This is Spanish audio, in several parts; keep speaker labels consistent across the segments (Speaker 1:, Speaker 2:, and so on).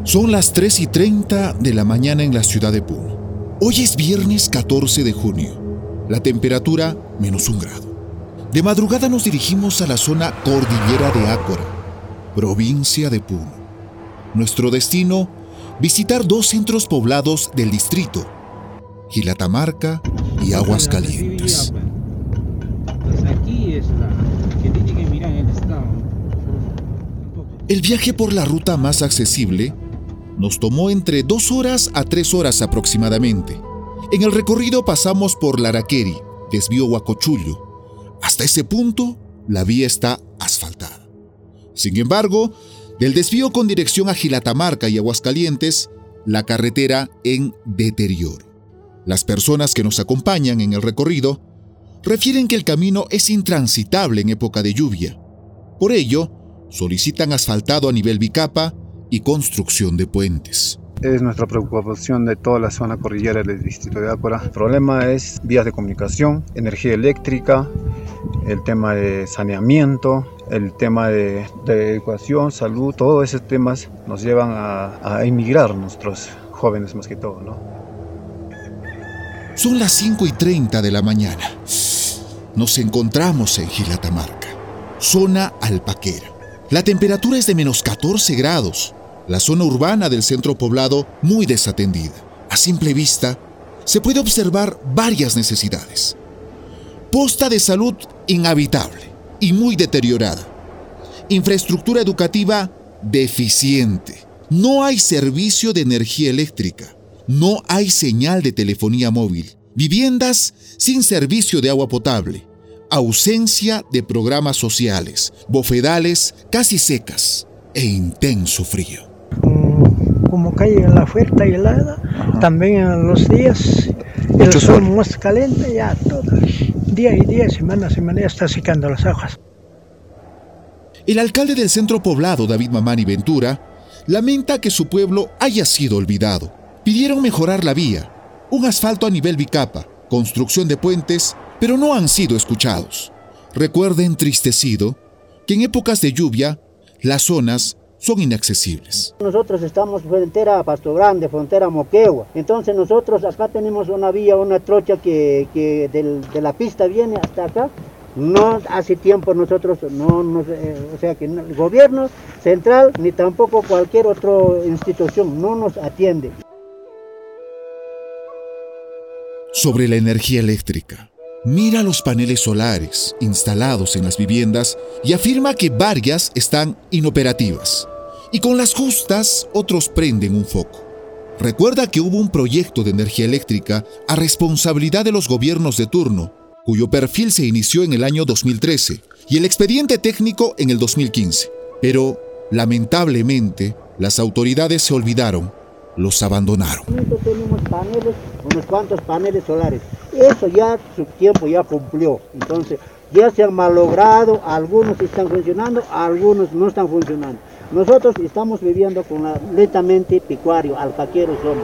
Speaker 1: Son las 3:30 de la mañana en la ciudad de Puno. Hoy es viernes 14 de junio. La temperatura -1 grado. De madrugada nos dirigimos a la zona cordillera de Ácora, provincia de Puno. Nuestro destino, visitar 2 centros poblados del distrito, Gilatamarca y Aguascalientes. El viaje por la ruta más accesible nos tomó entre 2 horas a 3 horas aproximadamente. En el recorrido pasamos por Laraqueri, desvío Huacochullo. Hasta ese punto, la vía está asfaltada. Sin embargo, del desvío con dirección a Gilatamarca y Aguascalientes, la carretera en deterioro. Las personas que nos acompañan en el recorrido refieren que el camino es intransitable en época de lluvia. Por ello, solicitan asfaltado a nivel bicapa y construcción de puentes.
Speaker 2: Es nuestra preocupación de toda la zona cordillera del distrito de Ácora. El problema es vías de comunicación, energía eléctrica, el tema de saneamiento, el tema de educación, salud. Todos esos temas nos llevan a emigrar nuestros jóvenes más que todo, ¿no?
Speaker 1: Son las 5:30 de la mañana. Nos encontramos en Gilatamarca, zona alpaquera. La temperatura es de -14 grados. La zona urbana del centro poblado muy desatendida. A simple vista, se puede observar varias necesidades. Posta de salud inhabitable y muy deteriorada. Infraestructura educativa deficiente. No hay servicio de energía eléctrica. No hay señal de telefonía móvil. Viviendas sin servicio de agua potable. Ausencia de programas sociales. Bofedales casi secas e intenso frío.
Speaker 3: Como cae la fuerte y helada, también en los días el sol más caliente, ya todo. Día y día, semana a semana, ya está secando las aguas.
Speaker 1: El alcalde del centro poblado, David Mamani Ventura, lamenta que su pueblo haya sido olvidado. Pidieron mejorar la vía, un asfalto a nivel bicapa, construcción de puentes, pero no han sido escuchados. Recuerda entristecido que en épocas de lluvia, las zonas son inaccesibles.
Speaker 4: Nosotros estamos frontera a Pasto Grande, frontera a Moquegua. Entonces nosotros acá tenemos una vía, una trocha que de la pista viene hasta acá. No hace tiempo nosotros, o sea que el gobierno central ni tampoco cualquier otra institución no nos atiende.
Speaker 1: Sobre la energía eléctrica. Mira los paneles solares instalados en las viviendas y afirma que varias están inoperativas. Y con las justas, otros prenden un foco. Recuerda que hubo un proyecto de energía eléctrica a responsabilidad de los gobiernos de turno, cuyo perfil se inició en el año 2013 y el expediente técnico en el 2015. Pero, lamentablemente, las autoridades se olvidaron, los abandonaron.
Speaker 4: Tenemos paneles, unos cuantos paneles solares. Eso ya su tiempo ya cumplió. Entonces, ya se han malogrado, algunos están funcionando, algunos no están funcionando. Nosotros estamos viviendo lentamente pecuario, alpaqueros somos.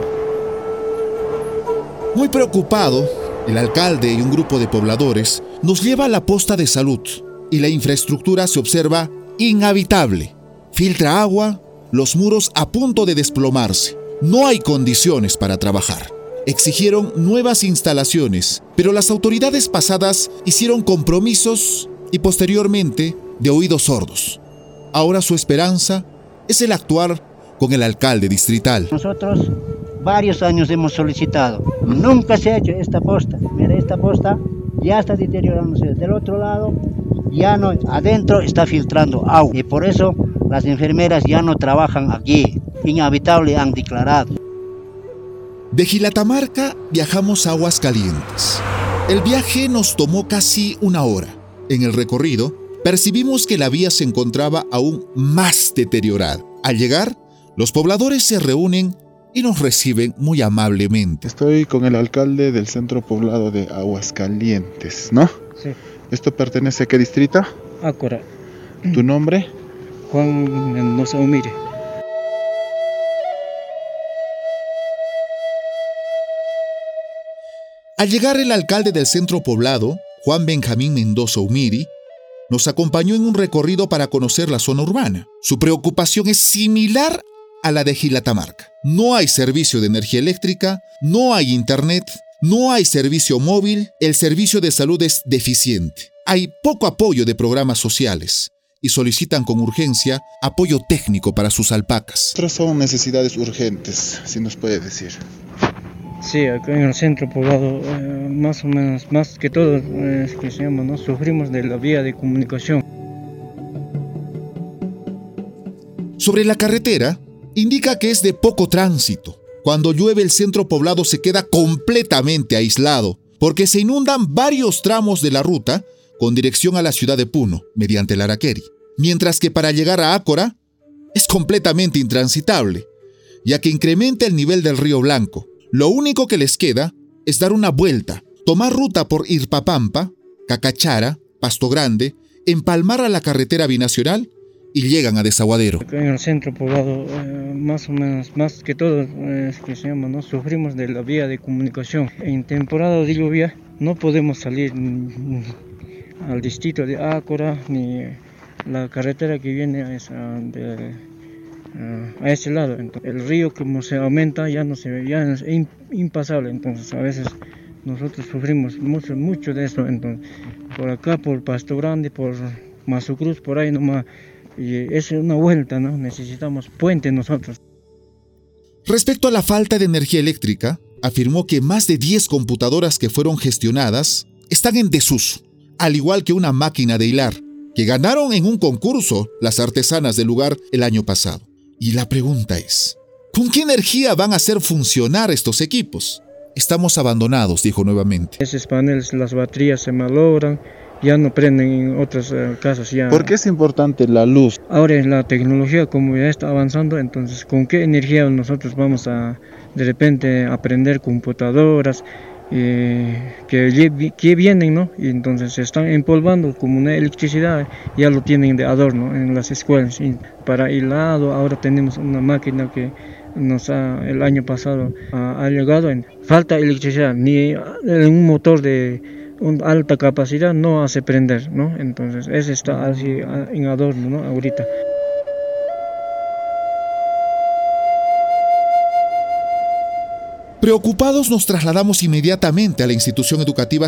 Speaker 1: Muy preocupado, el alcalde y un grupo de pobladores nos lleva a la posta de salud y la infraestructura se observa inhabitable. Filtra agua, los muros a punto de desplomarse. No hay condiciones para trabajar. Exigieron nuevas instalaciones, pero las autoridades pasadas hicieron compromisos y posteriormente de oídos sordos. Ahora su esperanza es el actuar con el alcalde distrital.
Speaker 4: Nosotros varios años hemos solicitado. Nunca se ha hecho esta posta. Mira, esta posta ya está deteriorándose. Del otro lado, ya no, adentro está filtrando agua. Y por eso las enfermeras ya no trabajan aquí. Inhabitable han declarado.
Speaker 1: De Gilatamarca viajamos a Aguascalientes. El viaje nos tomó casi 1 hora. En el recorrido, percibimos que la vía se encontraba aún más deteriorada. Al llegar, los pobladores se reúnen y nos reciben muy amablemente.
Speaker 5: Estoy con el alcalde del centro poblado de Aguascalientes, ¿no?
Speaker 6: Sí.
Speaker 5: ¿Esto pertenece a qué distrito?
Speaker 6: Ácora.
Speaker 5: ¿Tu nombre?
Speaker 6: Juan Mendoza Humire.
Speaker 1: Al llegar el alcalde del centro poblado, Juan Benjamín Mendoza Humiri, nos acompañó en un recorrido para conocer la zona urbana. Su preocupación es similar a la de Gilatamarca. No hay servicio de energía eléctrica, no hay internet, no hay servicio móvil, el servicio de salud es deficiente. Hay poco apoyo de programas sociales y solicitan con urgencia apoyo técnico para sus alpacas.
Speaker 5: Otras son necesidades urgentes, si nos puede decir.
Speaker 6: Sí, acá en el centro poblado, más o menos, más que todo, que se llama, ¿no? Sufrimos de la vía de comunicación.
Speaker 1: Sobre la carretera, indica que es de poco tránsito. Cuando llueve, el centro poblado se queda completamente aislado, porque se inundan varios tramos de la ruta con dirección a la ciudad de Puno, mediante el Araqueri. Mientras que para llegar a Ácora, es completamente intransitable, ya que incrementa el nivel del río Blanco. Lo único que les queda es dar una vuelta, tomar ruta por Irpapampa, Cacachara, Pasto Grande, empalmar a la carretera binacional y llegan a Desaguadero.
Speaker 6: Acá en el centro poblado, más o menos, más que todo, que se llama, ¿no? Sufrimos de la vía de comunicación. En temporada de lluvia no podemos salir al distrito de Ácora, ni la carretera que viene a ese lado. Entonces, el río como se aumenta ya es impasable, entonces a veces nosotros sufrimos mucho de eso. Entonces, por acá, por Pasto Grande, por Mazucruz, por ahí nomás, y es una vuelta, ¿no? Necesitamos puente nosotros.
Speaker 1: Respecto a la falta de energía eléctrica, afirmó que más de 10 computadoras que fueron gestionadas están en desuso, al igual que una máquina de hilar, que ganaron en un concurso las artesanas del lugar el año pasado. Y la pregunta es, ¿con qué energía van a hacer funcionar estos equipos? Estamos abandonados, dijo nuevamente.
Speaker 6: Esos paneles, las baterías se malogran, ya no prenden en otras casas. Ya.
Speaker 5: ¿Por qué es importante la luz?
Speaker 6: Ahora en la tecnología como ya está avanzando, entonces ¿con qué energía nosotros vamos a de repente aprender computadoras que vienen, ¿no? Y entonces se están empolvando como una electricidad, ya lo tienen de adorno en las escuelas. Y para hilado ahora tenemos una máquina que el año pasado ha llegado. Falta electricidad, ni un motor de alta capacidad no hace prender, ¿no? Entonces ese está así en adorno, ¿no? Ahorita.
Speaker 1: Preocupados nos trasladamos inmediatamente a la institución educativa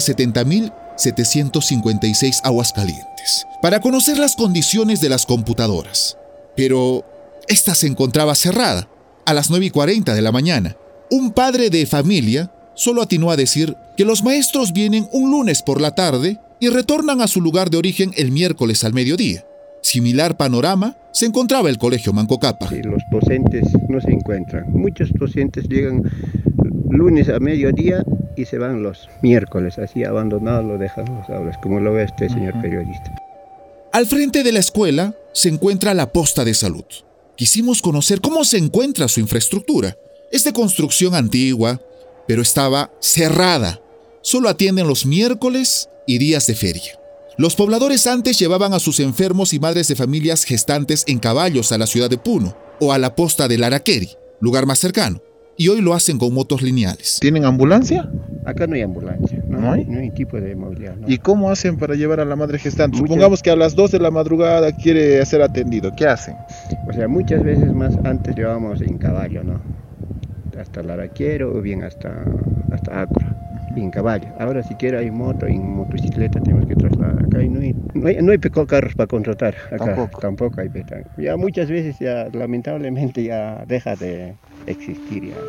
Speaker 1: 70.756 Aguascalientes para conocer las condiciones de las computadoras. Pero esta se encontraba cerrada a las 9:40 de la mañana. Un padre de familia solo atinó a decir que los maestros vienen un lunes por la tarde y retornan a su lugar de origen el miércoles al mediodía. Similar panorama se encontraba el colegio Mancocapa.
Speaker 7: Sí, los docentes no se encuentran. Muchos docentes llegan lunes a mediodía y se van los miércoles, así abandonados lo dejan los aulas, como lo ve este señor periodista.
Speaker 1: Al frente de la escuela se encuentra la posta de salud. Quisimos conocer cómo se encuentra su infraestructura. Es de construcción antigua, pero estaba cerrada. Solo atienden los miércoles y días de feria. Los pobladores antes llevaban a sus enfermos y madres de familias gestantes en caballos a la ciudad de Puno o a la posta del Araqueri, lugar más cercano, y hoy lo hacen con motos lineales.
Speaker 5: ¿Tienen ambulancia?
Speaker 7: Acá no hay ambulancia,
Speaker 5: ¿No hay?
Speaker 7: No hay tipo de movilidad. ¿No?
Speaker 5: ¿Y cómo hacen para llevar a la madre gestante?
Speaker 7: Muchas...
Speaker 5: Supongamos que a las 2 de la madrugada quiere ser atendido, ¿qué hacen?
Speaker 7: O sea, muchas veces más antes llevábamos en caballo, ¿no? Hasta el Araquero o bien hasta Ácora. Y en caballo. Ahora siquiera hay moto, en motocicleta tenemos que trasladar. Acá no hay carros para contratar. Acá tampoco hay petán. Ya muchas veces ya lamentablemente ya deja de existir ya.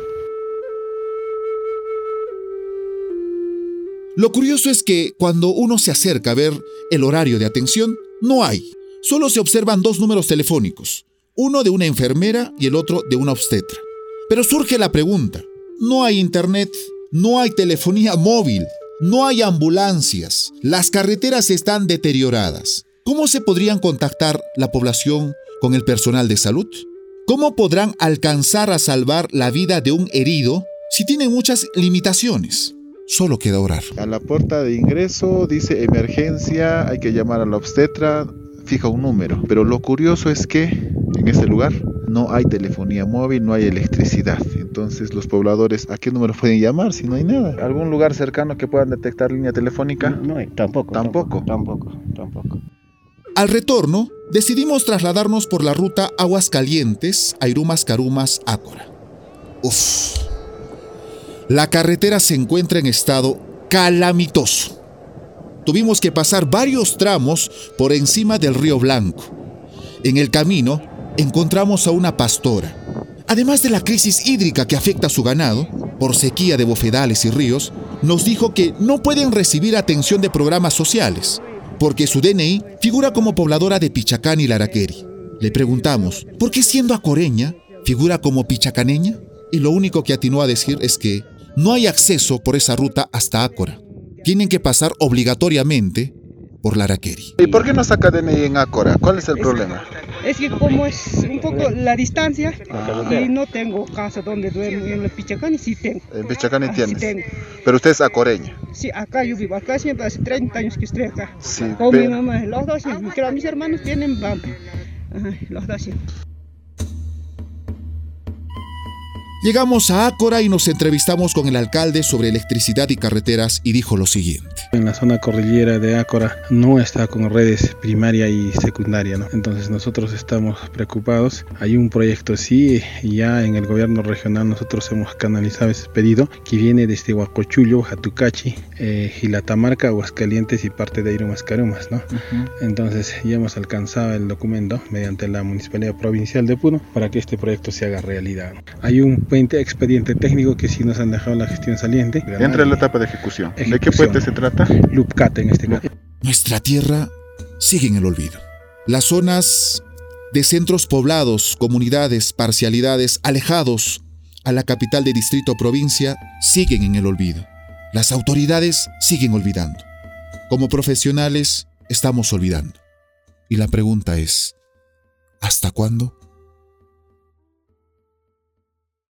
Speaker 1: Lo curioso es que cuando uno se acerca a ver el horario de atención, no hay. Solo se observan 2 números telefónicos, uno de una enfermera y el otro de una obstetra. Pero surge la pregunta, no hay internet, no hay telefonía móvil, no hay ambulancias, las carreteras están deterioradas. ¿Cómo se podrían contactar la población con el personal de salud? ¿Cómo podrán alcanzar a salvar la vida de un herido si tienen muchas limitaciones? Solo queda orar.
Speaker 5: A la puerta de ingreso dice emergencia, hay que llamar a la obstetra, fija un número. Pero lo curioso es que en este lugar no hay telefonía móvil, no hay electricidad. Entonces los pobladores, ¿a qué número pueden llamar si no hay nada? ¿Algún lugar cercano que puedan detectar línea telefónica?
Speaker 7: No hay, tampoco.
Speaker 1: Al retorno, decidimos trasladarnos por la ruta Aguascalientes, Airumas, Carumas, Ácora. La carretera se encuentra en estado calamitoso. Tuvimos que pasar varios tramos por encima del Río Blanco. En el camino encontramos a una pastora. Además de la crisis hídrica que afecta a su ganado, por sequía de bofedales y ríos, nos dijo que no pueden recibir atención de programas sociales, porque su DNI figura como pobladora de Pichacán y Laraqueri. Le preguntamos, ¿por qué siendo acoreña figura como pichacaneña? Y lo único que atinó a decir es que no hay acceso por esa ruta hasta Ácora. Tienen que pasar obligatoriamente por Laraqueri.
Speaker 5: ¿Y por qué no saca DNI en Ácora? ¿Cuál es el problema?
Speaker 8: Es que como es un poco la distancia y no tengo casa donde duermo, en el Pichacán sí tengo.
Speaker 5: En Pichacán
Speaker 8: Sí
Speaker 5: tienes.
Speaker 8: tengo.
Speaker 5: Pero usted es acoreña.
Speaker 8: Sí, acá yo vivo, acá siempre hace 30 años que estoy acá.
Speaker 5: Sí,
Speaker 8: Con mi mamá, los dos, creo, mis hermanos tienen BAM. Los dos sí.
Speaker 1: Llegamos a Ácora y nos entrevistamos con el alcalde sobre electricidad y carreteras y dijo lo siguiente.
Speaker 9: En la zona cordillera de Ácora no está con redes primaria y secundaria, ¿no? Entonces nosotros estamos preocupados. Hay un proyecto, sí, ya en el gobierno regional nosotros hemos canalizado ese pedido que viene desde Huacochullo, Jatucachi, Gilatamarca, Aguascalientes y parte de Airumas, Carumas, ¿no? Entonces ya hemos alcanzado el documento mediante la Municipalidad Provincial de Puno para que este proyecto se haga realidad, ¿no? Hay un expediente técnico que sí nos han dejado la gestión saliente.
Speaker 5: Entra en la etapa de ejecución. ¿De qué puente se trata?
Speaker 9: Lupcate en este caso.
Speaker 1: Nuestra tierra sigue en el olvido. Las zonas de centros poblados, comunidades, parcialidades alejados a la capital de distrito o provincia siguen en el olvido. Las autoridades siguen olvidando. Como profesionales estamos olvidando. Y la pregunta es, ¿hasta cuándo?